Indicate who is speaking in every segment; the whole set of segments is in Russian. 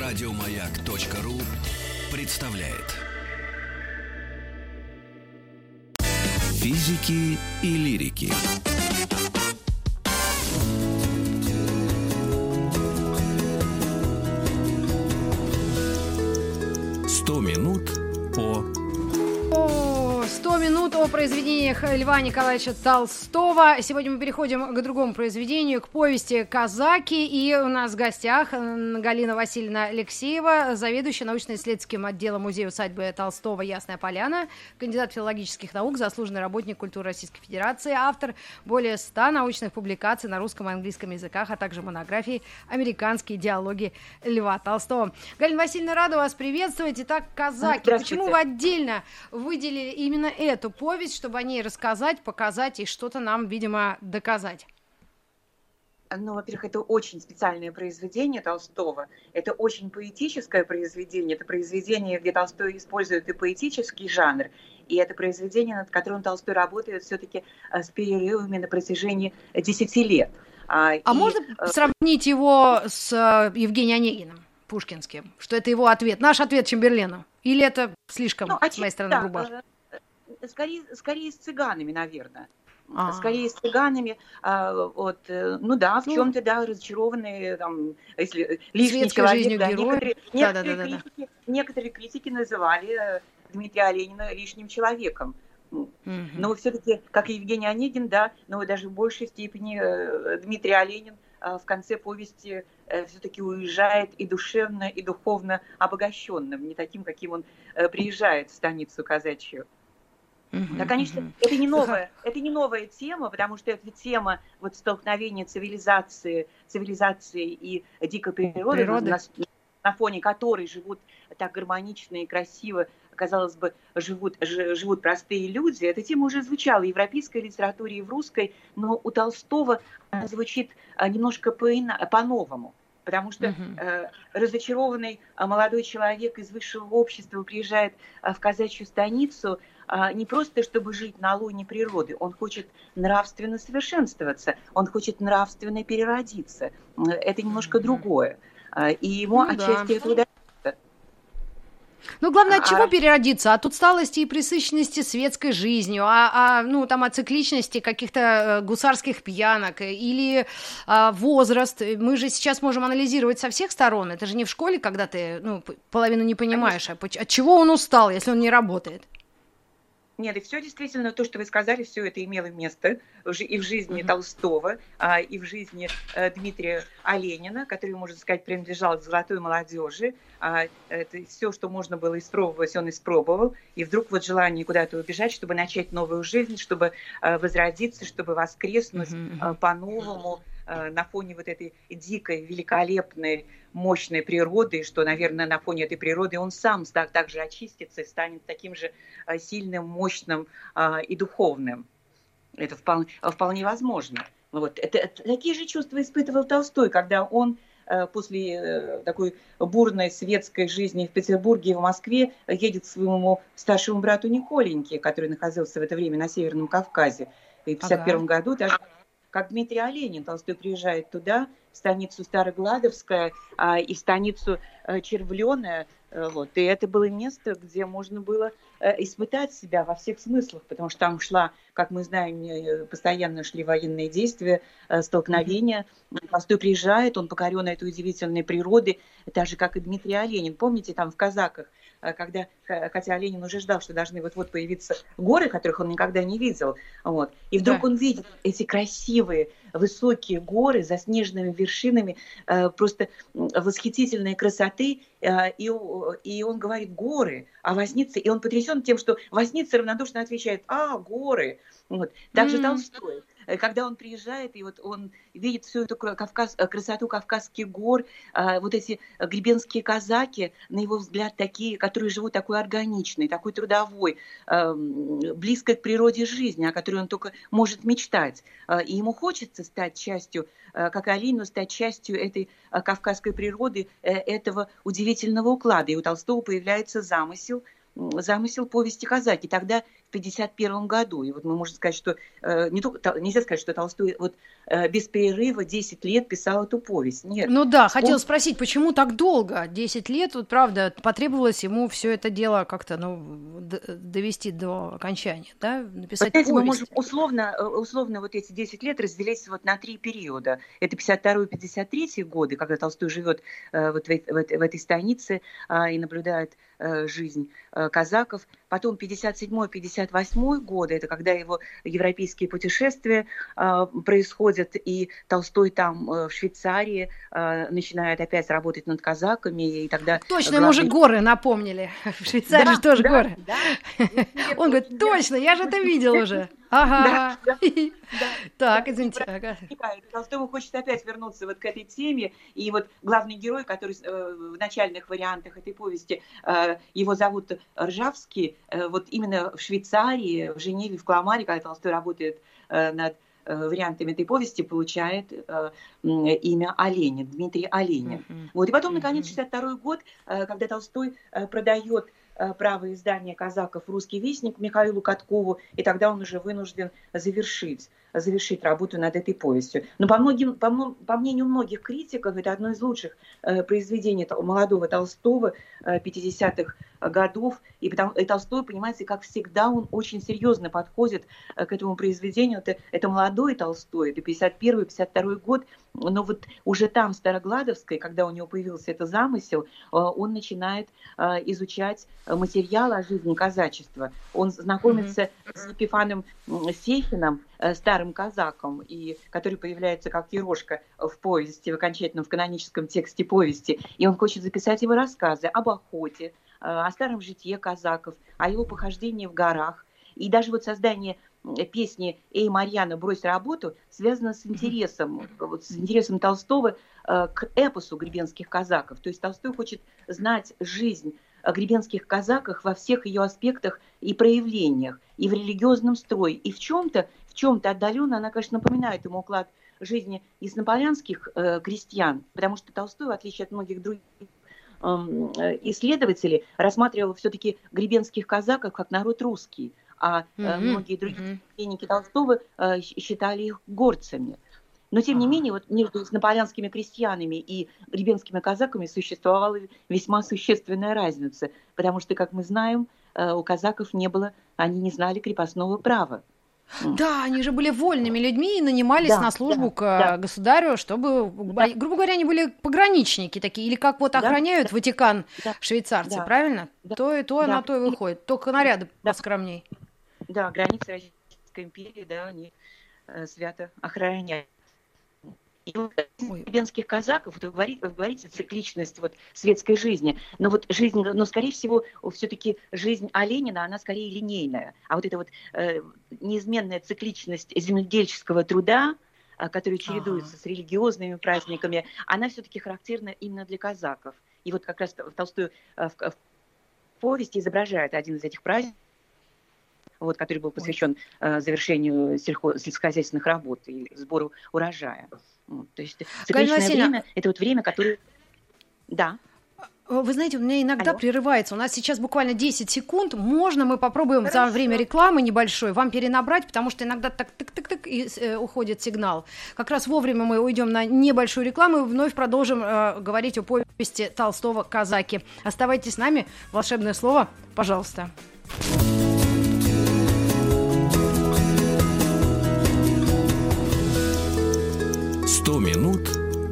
Speaker 1: Радиомаяк.ру представляет Физики и лирики. «100 минут по...»
Speaker 2: 100 минут о произведениях Льва Николаевича Толстого. Сегодня мы переходим к другому произведению, к повести «Казаки». И у нас в гостях Галина Васильевна Алексеева, заведующая научно-исследовательским отделом музея-усадьбы Толстого «Ясная Поляна», кандидат филологических наук, заслуженный работник культуры Российской Федерации, автор более 100 научных публикаций на русском и английском языках, а также монографии «Американские диалоги Льва Толстого». Галина Васильевна, рада вас приветствовать. Итак, «Казаки». Почему вы отдельно выделили именно эту повесть, чтобы о ней рассказать, показать и что-то нам, видимо, доказать?
Speaker 3: Ну, во-первых, это очень специальное произведение Толстого. Это очень поэтическое произведение. Это произведение, где Толстой использует и поэтический жанр. И это произведение, над которым Толстой работает все-таки с перерывами на протяжении 10 лет.
Speaker 2: Можно сравнить его с Евгением Онегиным, пушкинским? Что это его ответ, наш ответ Чемберлену? Или это слишком, с моей стороны, грубо?
Speaker 3: Скорее с цыганами, наверное. Скорее с цыганами, в чем-то, да, разочарованные, там, если лишний человек, да, некоторые критики называли Дмитрия Оленина лишним человеком. Но все-таки, как и Евгений Онегин, да, но даже в большей степени Дмитрий Оленин в конце повести все-таки уезжает и душевно, и духовно обогащенным, не таким, каким он приезжает в станицу казачью. Да, конечно, это не новая тема, потому что это тема вот столкновения цивилизации и дикой природы. На фоне которой живут так гармонично и красиво, казалось бы, живут простые люди. Эта тема уже звучала в европейской литературе и в русской, но у Толстого она звучит немножко по-новому. Потому что разочарованный молодой человек из высшего общества приезжает в казачью станицу не просто, чтобы жить на лоне природы, он хочет нравственно совершенствоваться, он хочет нравственно переродиться. Это немножко другое. И ему отчасти это удается.
Speaker 2: Ну, главное, от чего переродиться? От усталости и пресыщенности светской жизнью, от цикличности каких-то гусарских пьянок или возраст. Мы же сейчас можем анализировать со всех сторон. Это же не в школе, когда ты половину не понимаешь. От чего он устал, если он не работает?
Speaker 3: Нет, и все действительно, то, что вы сказали, все это имело место и в жизни Толстого, и в жизни Дмитрия Оленина, который, можно сказать, принадлежал к золотой молодежи. Это все, что можно было испробовать, он испробовал. И вдруг вот желание куда-то убежать, чтобы начать новую жизнь, чтобы возродиться, чтобы воскреснуть по-новому на фоне вот этой дикой, великолепной, мощной природы, что, наверное, на фоне этой природы он сам также очистится и станет таким же сильным, мощным и духовным. Это вполне возможно. Вот. Такие же чувства испытывал Толстой, когда он после такой бурной светской жизни в Петербурге и в Москве едет к своему старшему брату Николеньке, который находился в это время на Северном Кавказе. И в 1951 году даже как Дмитрий Оленин, Толстой приезжает туда, в станицу Старогладовская и в станицу Червленая. И это было место, где можно было испытать себя во всех смыслах, потому что там шла, как мы знаем, постоянно шли военные действия, столкновения. Толстой приезжает, он покорен этой удивительной природой, так же, как и Дмитрий Оленин. Помните, там в «Казаках», хотя Ленин уже ждал, что должны вот-вот появиться горы, которых он никогда не видел. И вдруг он видит эти красивые, высокие горы, заснеженными вершинами, просто восхитительной красоты. И он говорит: горы, а Возница... И он потрясен тем, что Возница равнодушно отвечает: горы. Также Толстой. Когда он приезжает, и вот он видит всю эту красоту Кавказских гор, вот эти гребенские казаки, на его взгляд, такие, которые живут такой органичной, такой трудовой, близкой к природе жизни, о которой он только может мечтать. И ему хочется стать частью, как и Оленину, стать частью этой кавказской природы, этого удивительного уклада. И у Толстого появляется замысел повести «Казаки». Тогда 1951 году. И вот мы можем сказать, что нельзя сказать, что Толстой без перерыва 10 лет писал эту повесть. Нет.
Speaker 2: Ну да, хотела спросить, почему так долго? 10 лет, вот правда, потребовалось ему все это дело как-то довести до окончания, да? Написать повесть.
Speaker 3: Мы можем условно вот эти 10 лет разделить на 3 периода. Это 52-53 годы, когда Толстой живет в этой станице и наблюдает жизнь казаков. Потом 57-58 годы, это когда его европейские путешествия происходят, и Толстой там в Швейцарии начинает опять работать над казаками, и тогда...
Speaker 2: Точно, ему же горы напомнили. В Швейцарии же тоже горы. Он говорит, точно, я же это видел уже. Ага. Так, извините.
Speaker 3: Толстому хочется опять вернуться к этой теме, и главный герой, который в начальных вариантах этой повести, его зовут Ржавский, именно в Швейцарии, в Женеве, в Кламаре, когда Толстой работает над вариантами этой повести, получает имя Оленин, Дмитрий Оленин. И потом, наконец, 62 год, когда Толстой продает право издания казаков «Русский вестник» Михаилу Каткову, и тогда он уже вынужден завершить работу над этой повестью. Но по мнению многих критиков, это одно из лучших произведений молодого Толстого 50-х годов. И Толстой, понимаете, как всегда, он очень серьезно подходит к этому произведению. Это молодой Толстой, это 51-52 год, но уже там, в Старогладовской, когда у него появился этот замысел, он начинает изучать материал о жизни казачества. Он знакомится с Епифаном Сехиным, старым казаком, который появляется как Ерошка в повести, в окончательном, в каноническом тексте повести. И он хочет записать его рассказы об охоте, о старом житье казаков, о его похождении в горах. И даже создание песни «Эй, Марьяна, брось работу» связано с интересом Толстого к эпосу гребенских казаков. То есть Толстой хочет знать жизнь о гребенских казаках во всех ее аспектах и проявлениях, и в религиозном строе, и в чем-то отдаленно она, конечно, напоминает ему уклад жизни яснополянских крестьян, потому что Толстой, в отличие от многих других исследователей, рассматривал все-таки гребенских казаков как народ русский, а многие другие современники Толстого считали их горцами. Но, тем не менее, между яснополянскими крестьянами и гребенскими казаками существовала весьма существенная разница, потому что, как мы знаем, у казаков они не знали крепостного права.
Speaker 2: Да, они же были вольными людьми и нанимались на службу к государю, чтобы, грубо говоря, они были пограничники такие, или как охраняют Ватикан швейцарцы, правильно? То и то, на то и выходит, только наряды поскромней.
Speaker 3: Да, границы Российской империи, они свято охраняют. И гребенских казаков, вы говорите, цикличность светской жизни, но скорее всего, все-таки жизнь Оленина, она скорее линейная. А эта неизменная цикличность земледельческого труда, который чередуется с религиозными праздниками, она все-таки характерна именно для казаков. И как раз Толстой в повести изображает один из этих праздников, который был посвящен завершению сельскохозяйственных работ и сбору урожая. То есть цикличное время – это время, которое… Да.
Speaker 2: Вы знаете, у меня иногда прерывается. У нас сейчас буквально 10 секунд. Можно мы попробуем за время рекламы небольшой вам перенабрать, потому что иногда так-так-так и уходит сигнал. Как раз вовремя мы уйдем на небольшую рекламу и вновь продолжим говорить о повести Толстого «Казаки». Оставайтесь с нами. Волшебное слово, пожалуйста.
Speaker 1: 100 минут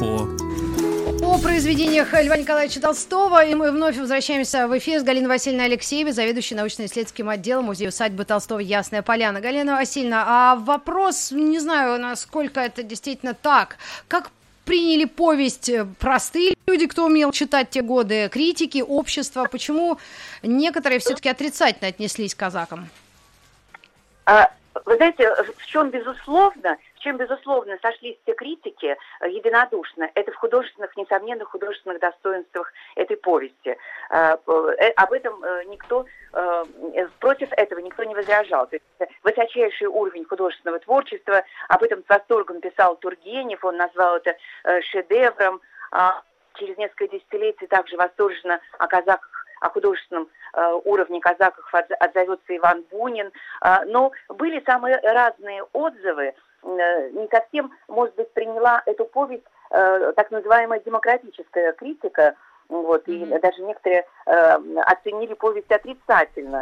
Speaker 2: о произведениях Льва Николаевича Толстого. И мы вновь возвращаемся в эфир с Галиной Васильевной Алексеевой, заведующей научно-исследовательским отделом музея-усадьбы Толстого «Ясная Поляна». Галина Васильевна, а вопрос, не знаю, насколько это действительно так. Как приняли повесть простые люди, кто умел читать те годы, критики, общество? Почему некоторые все-таки отрицательно отнеслись к казакам?
Speaker 4: Вы знаете, в чем безусловно сошлись все критики единодушно, это в несомненных художественных достоинствах этой повести. Об этом против этого никто не возражал. То есть высочайший уровень художественного творчества, об этом с восторгом писал Тургенев, он назвал это шедевром. Через несколько десятилетий также восторженно о казаках о художественном уровне казаков отзовется Иван Бунин. Но были самые разные отзывы. Не совсем, может быть, приняла эту повесть так называемая демократическая критика, вот, и даже некоторые оценили повесть отрицательно.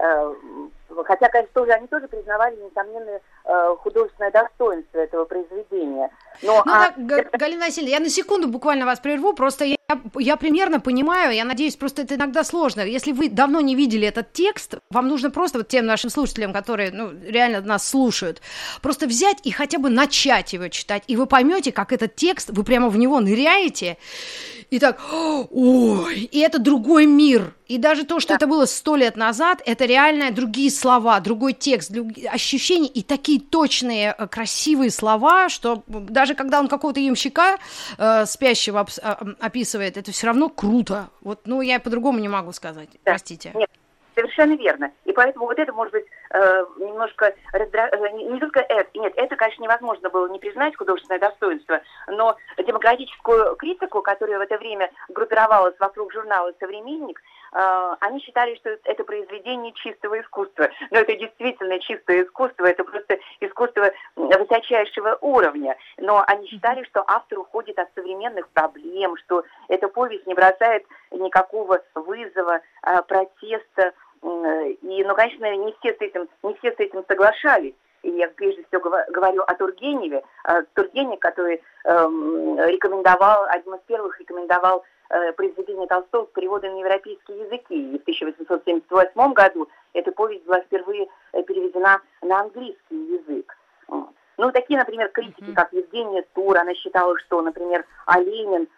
Speaker 4: Хотя, конечно, тоже, они тоже признавали несомненное художественное достоинство этого произведения.
Speaker 2: Галина Васильевна, я на секунду буквально вас прерву, просто я примерно понимаю, я надеюсь, просто это иногда сложно. Если вы давно не видели этот текст, вам нужно просто вот тем нашим слушателям, которые реально нас слушают, просто взять и хотя бы начать его читать, и вы поймете, как этот текст, вы прямо в него ныряете, и так, ой, и это другой мир. И даже то, что это было 100 лет назад, это реально другие слова, другой текст, ощущения и такие точные, красивые слова, что даже когда он какого-то ямщика спящего описывает, это все равно круто. Вот, я по-другому не могу сказать, простите.
Speaker 4: Нет. Совершенно верно. И поэтому вот это, может быть, немножко не только это. Нет, это, конечно, невозможно было не признать художественное достоинство, но демократическую критику, которая в это время группировалась вокруг журнала «Современник», они считали, что это произведение чистого искусства. Но это действительно чистое искусство, это просто искусство высочайшего уровня. Но они считали, что автор уходит от современных проблем, что эта повесть не бросает никакого вызова, протеста. И, конечно, не все с этим соглашались. И я прежде всего говорю о Тургеневе. Тургенев, который одним из первых рекомендовал произведение Толстого с переводом на европейские языки. И в 1878 году эта повесть была впервые переведена на английский язык. Такие, например, критики, как Евгения Тур, она считала, что, например, Оленин,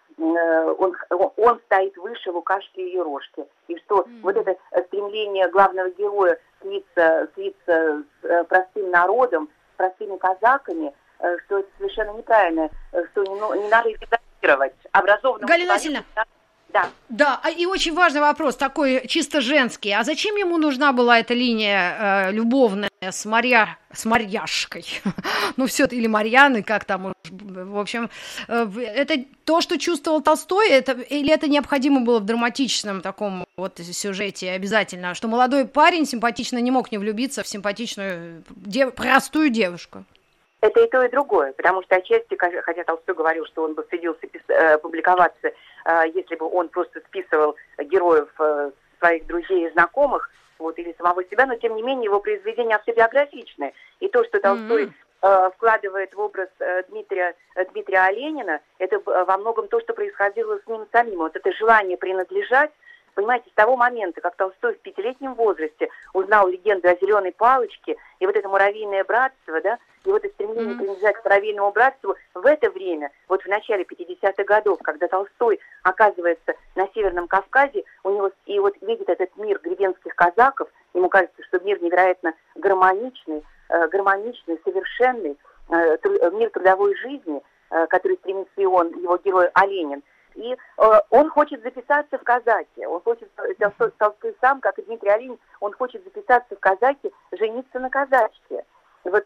Speaker 4: он стоит выше Лукашки и Ерошки. И что вот это стремление главного героя слиться с простым народом, с простыми казаками, что это совершенно неправильно, что не надо идеализировать образованного
Speaker 2: Галина Васильевна, да, и очень важный вопрос, такой чисто женский. А зачем ему нужна была эта линия любовная с Марьяшкой? Или Марьяны, как там, в общем, это то, что чувствовал Толстой, или это необходимо было в драматичном таком вот сюжете обязательно, что молодой парень симпатично не мог не влюбиться в симпатичную простую девушку?
Speaker 4: Это и то, и другое, потому что отчасти, хотя Толстой говорил, что он бы стыдился публиковаться, если бы он просто списывал героев своих друзей и знакомых, или самого себя, но тем не менее его произведения автобиографичны. И то, что Толстой вкладывает в образ Дмитрия Оленина, это во многом то, что происходило с ним самим. Вот это желание принадлежать. Понимаете, с того момента, как Толстой в 5-летнем возрасте узнал легенду о зеленой палочке, и вот это муравьиное братство, да, и вот это стремление принадлежать к муравьиному братству, в это время, вот в начале 50-х годов, когда Толстой оказывается на Северном Кавказе, у него и вот видит этот мир гребенских казаков, ему кажется, что мир невероятно гармоничный, совершенный, мир трудовой жизни, который стремится и он, его герой Оленин. И он хочет записаться в казаки. Он хочет, Толстой сам, как и Дмитрий Оленин, он хочет записаться в казаки, жениться на казачке. Вот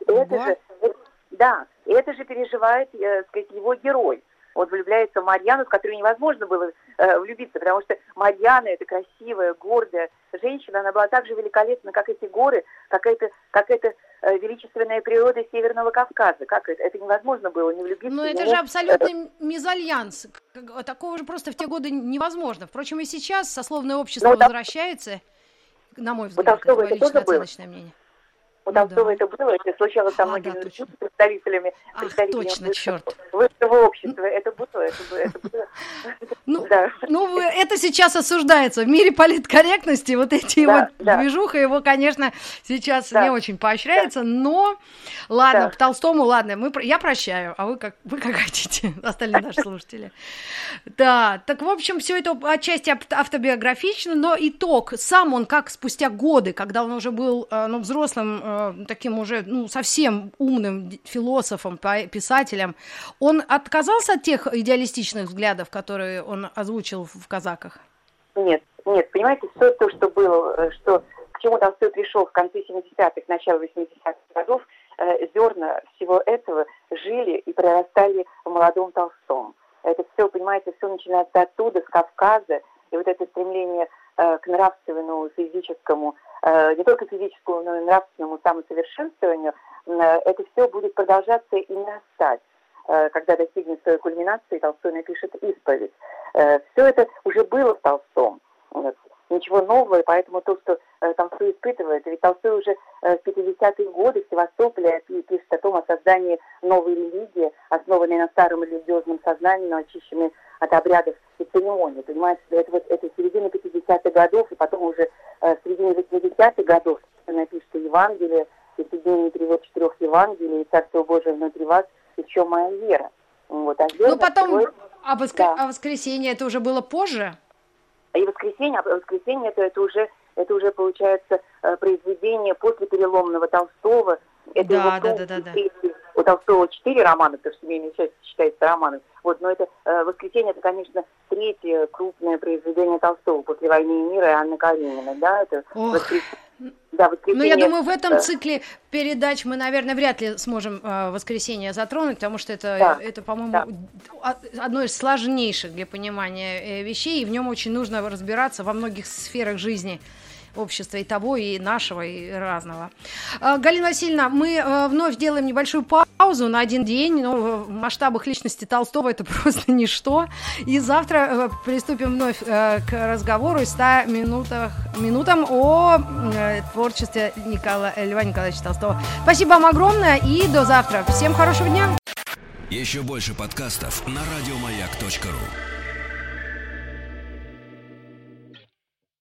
Speaker 4: это же переживает, его герой. Он влюбляется в Марьяну, в которую невозможно было влюбиться, потому что Марьяна — это красивая, гордая женщина, она была так же великолепна, как эти горы, как эта величественная природа Северного Кавказа. Как это? Это невозможно было не влюбиться.
Speaker 2: Но это же абсолютный мезальянс. Такого же просто в те годы невозможно. Впрочем, и сейчас сословное общество возвращается, на мой взгляд, это мое личное оценочное мнение.
Speaker 4: У Толстого это было, это случалось со многими представителями высшего общества. Это было.
Speaker 2: Это сейчас осуждается. В мире политкорректности вот эти движуха его, конечно, сейчас не очень поощряется, но ладно, к Толстому, я прощаю, а вы как хотите, остальные наши слушатели. Да, так в общем, все это отчасти автобиографично, но итог, сам он как спустя годы, когда он уже был взрослым, таким уже, совсем умным философом, писателем, он отказался от тех идеалистичных взглядов, которые он озвучил в «Казаках»?
Speaker 4: Нет, понимаете, все то, что было, к чему Толстой пришел в конце 70-х, начало 80-х годов, зерна всего этого жили и прорастали в молодом Толстом. Это все, понимаете, все начинается оттуда, с Кавказа, и вот это стремление к нравственному, физическому, не только физическому, но и нравственному самосовершенствованию, это все будет продолжаться и нарастать. Когда достигнет своей кульминации, Толстой напишет «Исповедь». Все это уже было в Толстом. Ничего нового, и поэтому то, что Толстой испытывает, ведь Толстой уже в 50-е годы в Севастополе пишет о том, о создании новой религии, основанной на старом религиозном сознании, но очищенной от обрядов и церемоний. Понимаете, это середина 50-х годов, и потом уже в середине 80-х годов напишет Евангелие, и соединение перевод 4 Евангелий, и Царство Божие внутри вас, и в чем моя вера. Вот, а вера
Speaker 2: потом, а воскресенье это уже было позже?
Speaker 4: И воскресенье это уже получается произведение после переломного Толстого. Это
Speaker 2: да.
Speaker 4: У Толстого 4 романа, потому что семейная часть считается романом. Но это воскресенье, это, конечно, третье крупное произведение Толстого после «Войны и мира» и Анны Карениной. Да, это
Speaker 2: воскресенье. Я думаю, в этом цикле передач мы, наверное, вряд ли сможем воскресенье затронуть, потому что это, по-моему, одно из сложнейших для понимания вещей, и в нем очень нужно разбираться во многих сферах жизни общества, и того, и нашего, и разного. Галина Васильевна, мы вновь делаем небольшую паузу на один день, но в масштабах личности Толстого это просто ничто. И завтра приступим вновь к разговору и 100 минутам о творчестве Льва Николаевича Толстого. Спасибо вам огромное и до завтра. Всем хорошего дня.
Speaker 1: Еще больше подкастов на радиомаяк.ру.